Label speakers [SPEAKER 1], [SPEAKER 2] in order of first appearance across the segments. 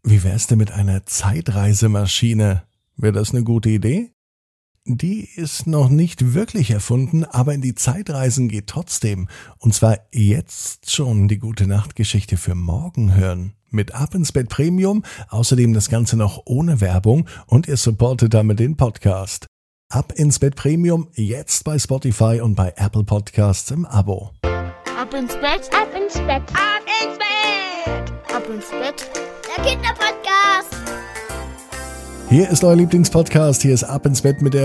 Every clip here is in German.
[SPEAKER 1] Wie wär's denn mit einer Zeitreisemaschine? Wäre das eine gute Idee? Die ist noch nicht wirklich erfunden, aber in die Zeitreisen geht trotzdem. Und zwar jetzt schon die Gute-Nacht-Geschichte für morgen hören. Mit Ab ins Bett Premium, außerdem das Ganze noch ohne Werbung und ihr supportet damit den Podcast. Ab ins Bett Premium, jetzt bei Spotify und bei Apple Podcasts im Abo.
[SPEAKER 2] Ab ins Bett, ab ins Bett, ab ins Bett, ab ins Bett, der Kinderpodcast.
[SPEAKER 1] Hier ist euer Lieblingspodcast, hier ist Ab ins Bett mit der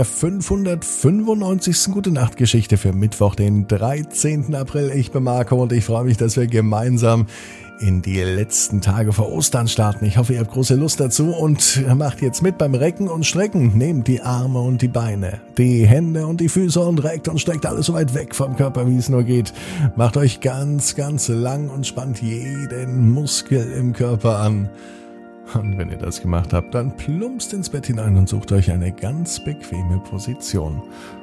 [SPEAKER 1] 595. Gute-Nacht-Geschichte für Mittwoch, den 13. April. Ich bin Marco und ich freue mich, dass wir gemeinsam in die letzten Tage vor Ostern starten. Ich hoffe, ihr habt große Lust dazu und macht jetzt mit beim Recken und Strecken. Nehmt die Arme und die Beine, die Hände und die Füße und reckt und streckt alles so weit weg vom Körper, wie es nur geht. Macht euch ganz, ganz lang und spannt jeden Muskel im Körper an. Und wenn ihr das gemacht habt, dann plumpst ins Bett hinein und sucht euch eine ganz bequeme Position.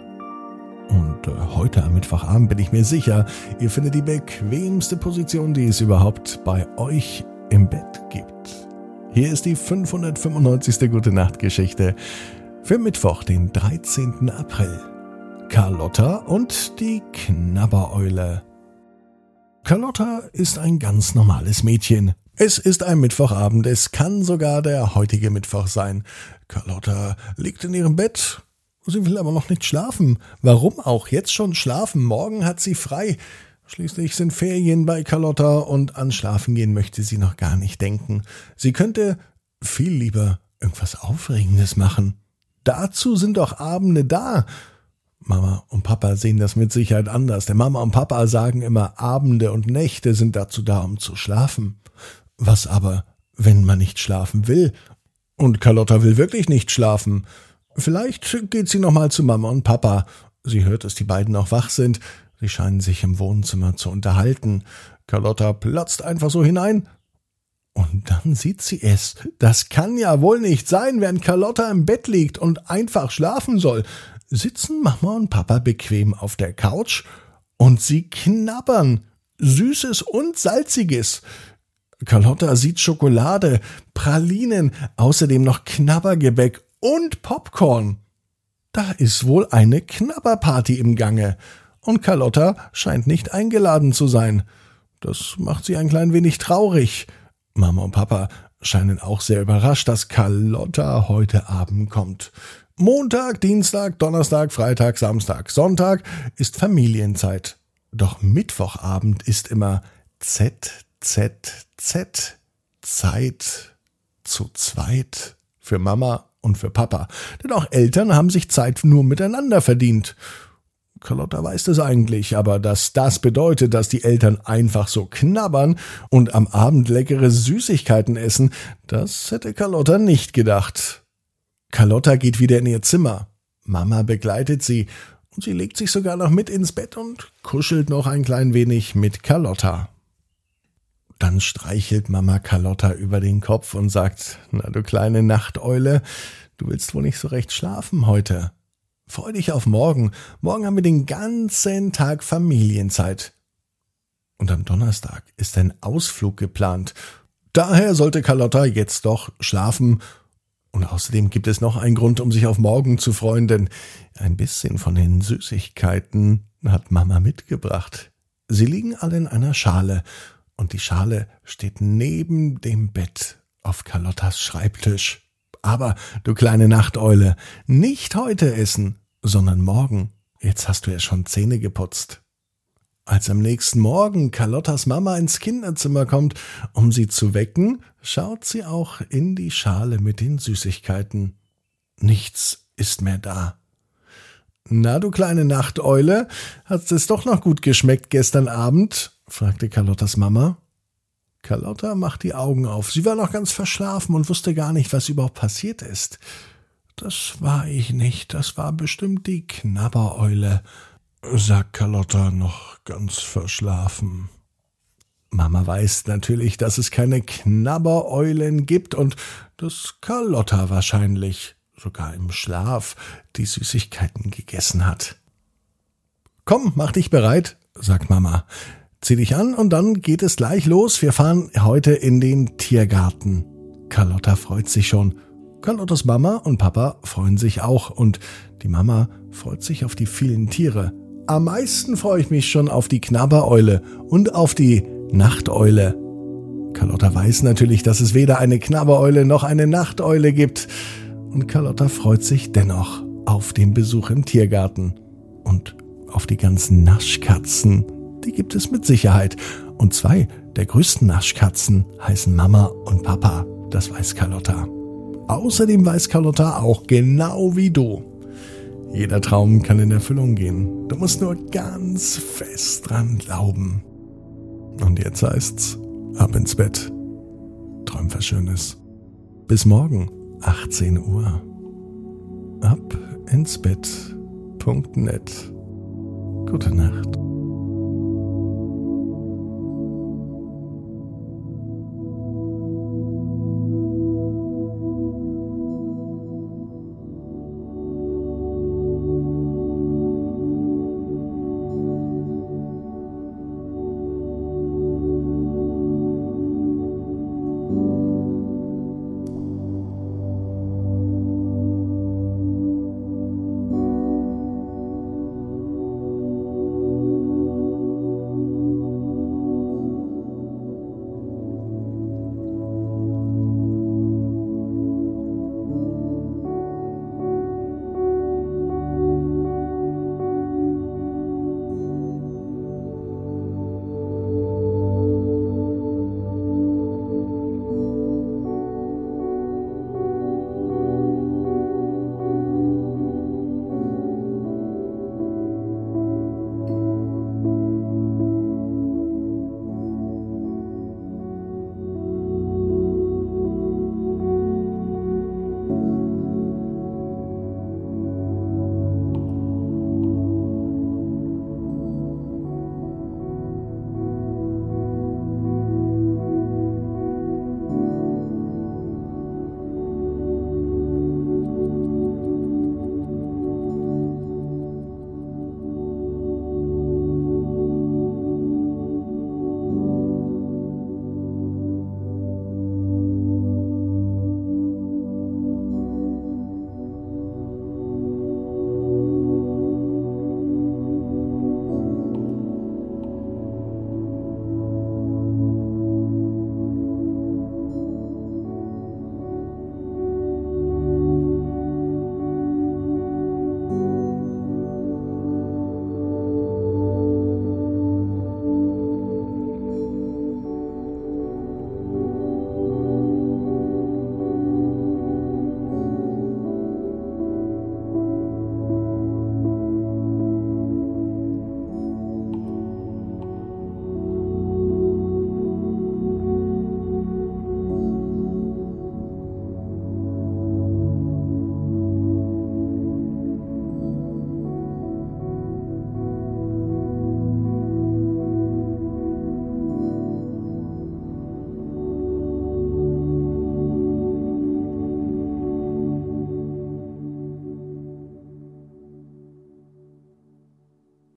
[SPEAKER 1] Und heute am Mittwochabend bin ich mir sicher, ihr findet die bequemste Position, die es überhaupt bei euch im Bett gibt. Hier ist die 595. Gute-Nacht-Geschichte für Mittwoch, den 13. April. Carlotta und die Knabbereule. Carlotta ist ein ganz normales Mädchen. Es ist ein Mittwochabend, es kann sogar der heutige Mittwoch sein. Carlotta liegt in ihrem Bett, sie will aber noch nicht schlafen. Warum auch jetzt schon schlafen? Morgen hat sie frei. Schließlich sind Ferien bei Carlotta und an Schlafen gehen möchte sie noch gar nicht denken. Sie könnte viel lieber irgendwas Aufregendes machen. Dazu sind doch Abende da. Mama und Papa sehen das mit Sicherheit anders, denn Mama und Papa sagen immer, Abende und Nächte sind dazu da, um zu schlafen. Was aber, wenn man nicht schlafen will? Und Carlotta will wirklich nicht schlafen. Vielleicht geht sie nochmal zu Mama und Papa. Sie hört, dass die beiden noch wach sind. Sie scheinen sich im Wohnzimmer zu unterhalten. Carlotta platzt einfach so hinein. Und dann sieht sie es. Das kann ja wohl nicht sein, während Carlotta im Bett liegt und einfach schlafen soll. Sitzen Mama und Papa bequem auf der Couch und sie knabbern. Süßes und Salziges. Carlotta sieht Schokolade, Pralinen, außerdem noch Knabbergebäck und Popcorn. Da ist wohl eine Knabberparty im Gange. Und Carlotta scheint nicht eingeladen zu sein. Das macht sie ein klein wenig traurig. Mama und Papa scheinen auch sehr überrascht, dass Carlotta heute Abend kommt. Montag, Dienstag, Donnerstag, Freitag, Samstag, Sonntag ist Familienzeit. Doch Mittwochabend ist immer ZZZ, Zeit zu zweit für Mama und für Papa. Denn auch Eltern haben sich Zeit nur miteinander verdient. Carlotta weiß das eigentlich, aber dass das bedeutet, dass die Eltern einfach so knabbern und am Abend leckere Süßigkeiten essen, das hätte Carlotta nicht gedacht. Carlotta geht wieder in ihr Zimmer. Mama begleitet sie und sie legt sich sogar noch mit ins Bett und kuschelt noch ein klein wenig mit Carlotta. Dann streichelt Mama Carlotta über den Kopf und sagt, na du kleine Nachteule, du willst wohl nicht so recht schlafen heute. Freu dich auf morgen. Morgen haben wir den ganzen Tag Familienzeit. Und am Donnerstag ist ein Ausflug geplant. Daher sollte Carlotta jetzt doch schlafen. Und außerdem gibt es noch einen Grund, um sich auf morgen zu freuen, denn ein bisschen von den Süßigkeiten hat Mama mitgebracht. Sie liegen alle in einer Schale. Und die Schale steht neben dem Bett auf Carlottas Schreibtisch. Aber, du kleine Nachteule, nicht heute essen, sondern morgen. Jetzt hast du ja schon Zähne geputzt. Als am nächsten Morgen Carlottas Mama ins Kinderzimmer kommt, um sie zu wecken, schaut sie auch in die Schale mit den Süßigkeiten. Nichts ist mehr da. Na, du kleine Nachteule, hat's es doch noch gut geschmeckt gestern Abend? Fragte Carlottas Mama. Carlotta macht die Augen auf. Sie war noch ganz verschlafen und wusste gar nicht, was überhaupt passiert ist. Das war ich nicht, das war bestimmt die Knabbereule, sagt Carlotta noch ganz verschlafen. Mama weiß natürlich, dass es keine Knabbereulen gibt und dass Carlotta wahrscheinlich, sogar im Schlaf, die Süßigkeiten gegessen hat. Komm, mach dich bereit, sagt Mama. Zieh dich an und dann geht es gleich los. Wir fahren heute in den Tiergarten. Carlotta freut sich schon. Carlottas Mama und Papa freuen sich auch und die Mama freut sich auf die vielen Tiere. Am meisten freue ich mich schon auf die Knabbereule und auf die Nachteule. Carlotta weiß natürlich, dass es weder eine Knabbereule noch eine Nachteule gibt. Und Carlotta freut sich dennoch auf den Besuch im Tiergarten. Und auf die ganzen Naschkatzen, die gibt es mit Sicherheit. Und 2 der größten Naschkatzen heißen Mama und Papa. Das weiß Carlotta. Außerdem weiß Carlotta auch genau wie du: jeder Traum kann in Erfüllung gehen. Du musst nur ganz fest dran glauben. Und jetzt heißt's: ab ins Bett. Träum was Schönes. Bis morgen, 18 Uhr. Ab ins Bett.net. Gute Nacht.